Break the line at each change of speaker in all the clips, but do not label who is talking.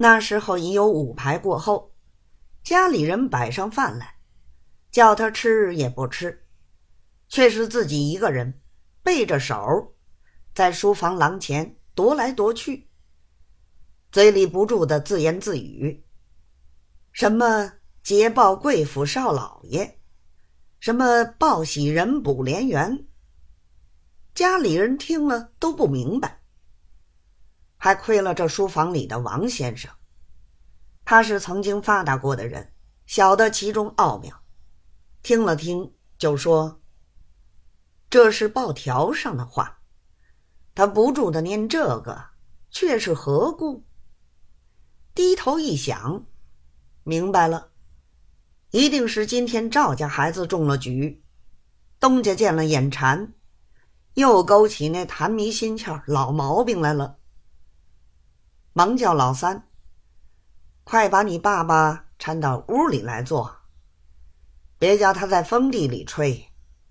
那时候已有5排过后，家里人摆上饭来，叫他吃也不吃，却是自己一个人背着手在书房廊前踱来踱去，嘴里不住的自言自语，什么捷报贵府少老爷，什么报喜人补连园，家里人听了都不明白。还亏了这书房里的王先生，他是曾经发达过的人，晓得其中奥妙，听了听就说，这是报条上的话，他不住的念这个，却是何故？低头一想，明白了，一定是今天赵家孩子中了局，东家见了眼馋，又勾起那痰迷心窍老毛病来了。忙叫老三，快把你爸爸搀到屋里来坐，别叫他在风地里吹。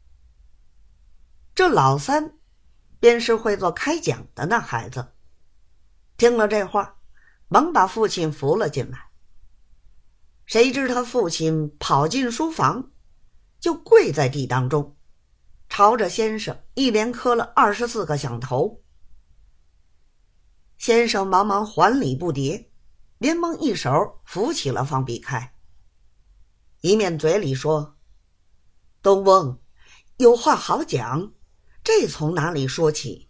这老三便是会做开讲的那孩子，听了这话，忙把父亲扶了进来。谁知他父亲跑进书房，就跪在地当中，朝着先生一连磕了24个响头。先生忙忙还礼不迭，连忙一手扶起了方必开，一面嘴里说，东翁有话好讲，这从哪里说起？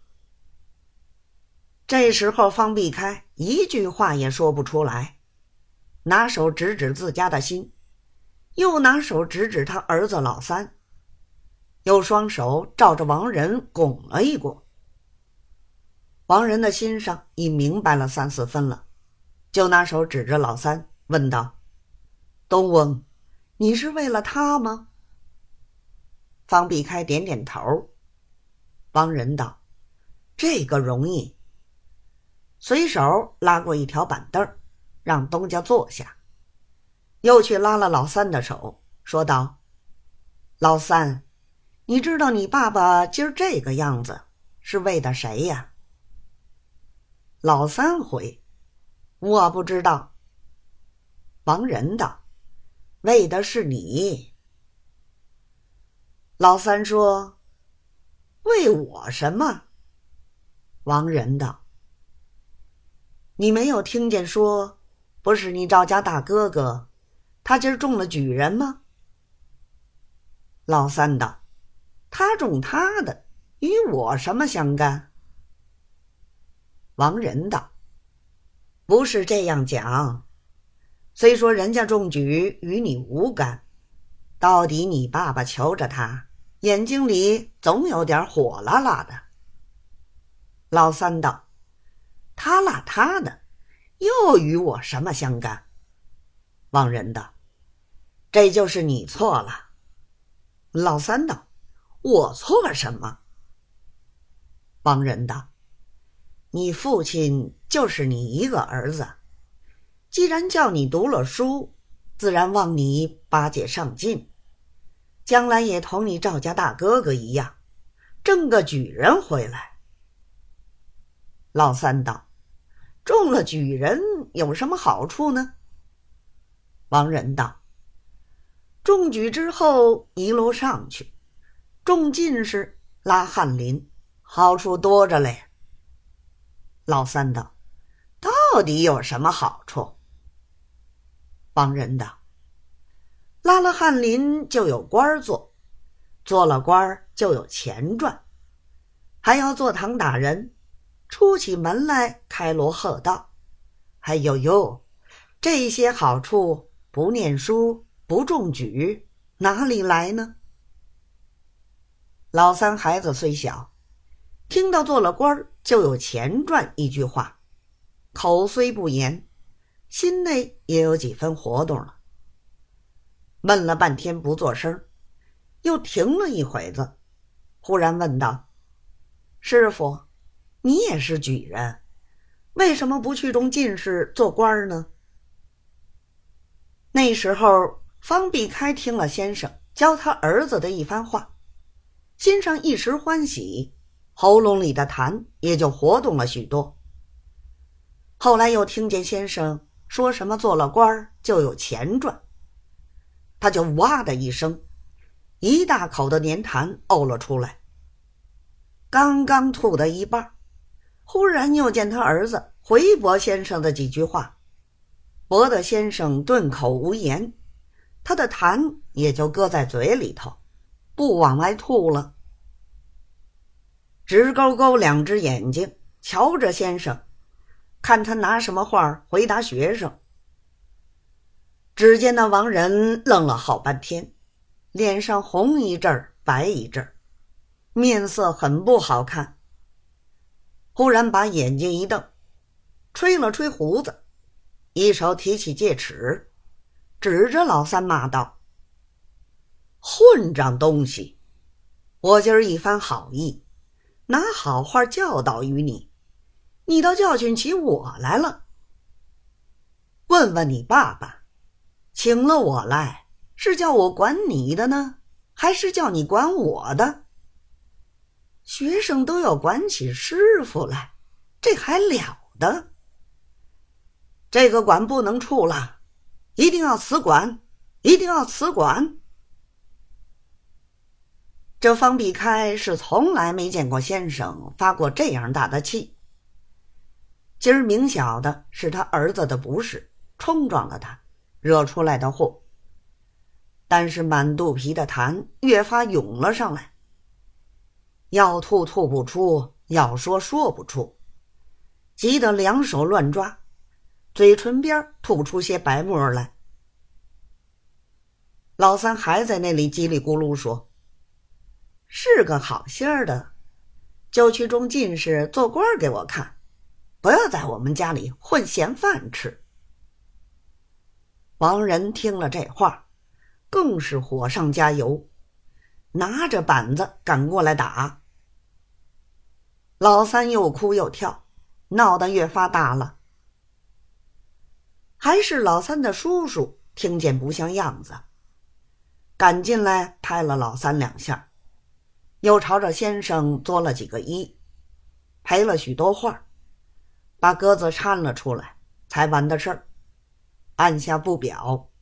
这时候方必开一句话也说不出来，拿手指指自家的心，又拿手指指他儿子老三，又双手照着王仁拱了一拱。王仁的心上已明白了3、4分了，就拿手指着老三问道，东翁，你是为了他吗？方必开点点头。王仁道，这个容易。随手拉过一条板凳，让东家坐下，又去拉了老三的手，说道，老三，你知道你爸爸今儿这个样子是为的谁呀？老三回，我不知道。王仁道，为的是你。老三说，为我什么？王仁道，你没有听见说，不是你赵家大哥哥，他今儿中了举人吗？老三道，他中他的，与我什么相干？王仁道，不是这样讲，虽说人家中举与你无干，到底你爸爸求着他，眼睛里总有点火辣辣的。老三道，他辣他的，又与我什么相干？王仁道，这就是你错了。老三道，我错什么？王仁道，你父亲就是你一个儿子，既然叫你读了书，自然望你巴结上进，将来也同你赵家大哥哥一样，挣个举人回来。老三道，中了举人有什么好处呢？王仁道，中举之后一路上去，中进士拉翰林，好处多着嘞。老三道，到底有什么好处？王仁道，拉了翰林就有官做，做了官就有钱赚，还要坐堂打人，出起门来开锣贺道，还有这些好处，不念书不中举，哪里来呢？老三孩子虽小，听到做了官就有钱赚一句话，口虽不言，心内也有几分活动了。闷了半天不作声，又停了一会子，忽然问道，师傅，你也是举人，为什么不去中进士做官呢？那时候方必开听了先生教他儿子的一番话，心上一时欢喜，喉咙里的痰也就活动了许多。后来又听见先生说什么做了官就有钱赚。他就哇的一声，一大口的粘痰呕了出来。刚刚吐的一半，忽然又见他儿子回驳先生的几句话，驳得先生顿口无言，他的痰也就搁在嘴里头，不往外吐了。直勾勾两只眼睛瞧着先生，看他拿什么话回答学生。只见那王仁愣了好半天，脸上红一阵儿白一阵儿，面色很不好看。忽然把眼睛一瞪，吹了吹胡子，一手提起戒尺，指着老三骂道：混账东西，我今儿一番好意，拿好话教导于你，你倒教训起我来了。问问你爸爸，请了我来，是叫我管你的呢，还是叫你管我的？学生都要管起师傅来，这还了得？这个管不能处了，一定要辞管，一定要辞管。这方必开是从来没见过先生发过这样大的气。今儿明晓得是他儿子的不是，冲撞了他，惹出来的祸。但是满肚皮的痰越发涌了上来，要吐吐不出，要说说不出，急得两手乱抓，嘴唇边吐出些白沫来。老三还在那里叽里咕噜说：是个好心儿的，就去中进士做官给我看，不要在我们家里混闲饭吃。王仁听了这话，更是火上加油，拿着板子赶过来打。老三又哭又跳，闹得越发大了。还是老三的叔叔听见不像样子，赶进来拍了老三两下，又朝着先生作了几个揖，赔了许多话，把鸽子搀了出来，才完的事儿，按下不表。